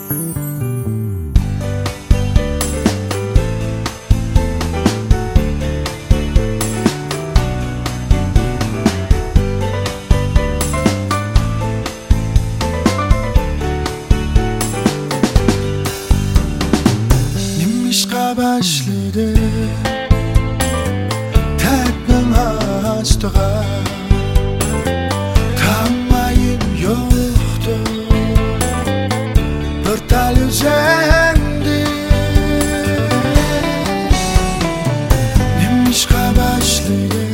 başladı Tatmin açtığa Tammayım yoktu Bir tal üzendi Nimişqa başladı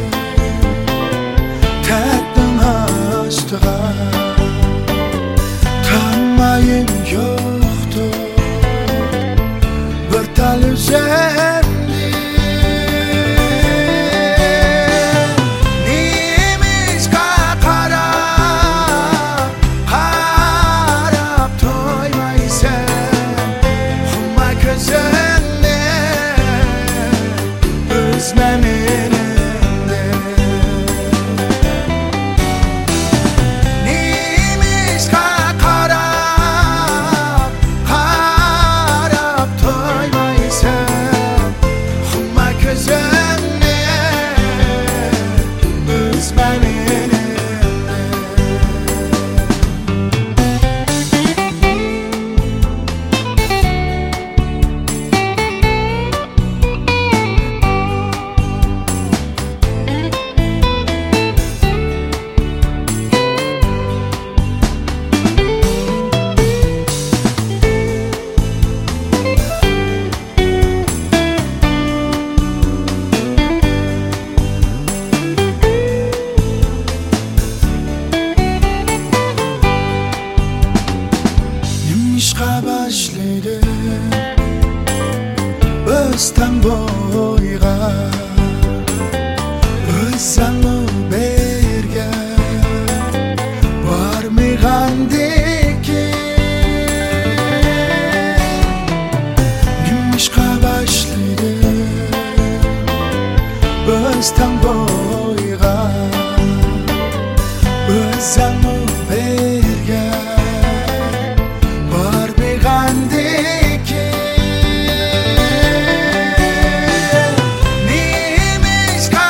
Tatmin açtığa Tammayım yoktu Bir tal üzendi Nimişqa qarab toymaysan Humma ko'zingni üzme menimni Nimişqa qarab toymaysan Humma ko'zingni üzme menimni Nimişqa başladı Özten boyga Özsanı bergen Barmigandeki Nimişqa başladı Özten boyga Özsanı bergen Barmigandeki Nimişqa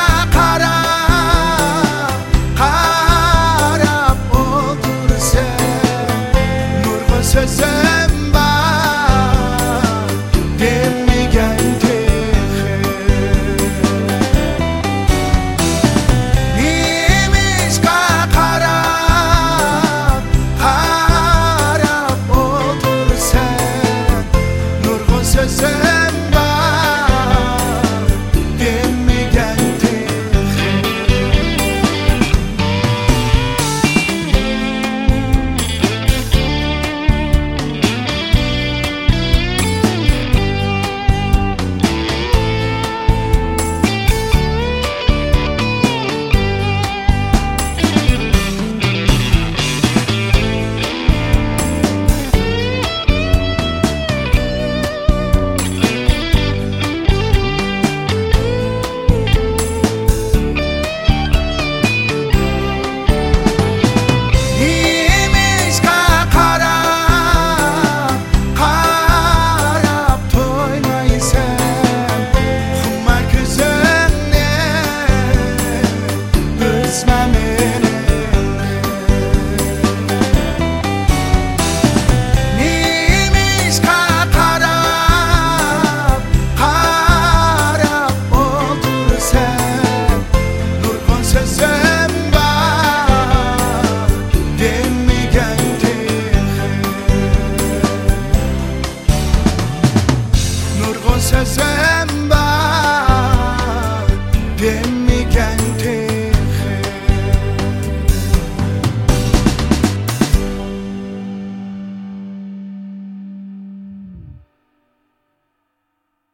qarab o'tirsa Nurg'un so'zim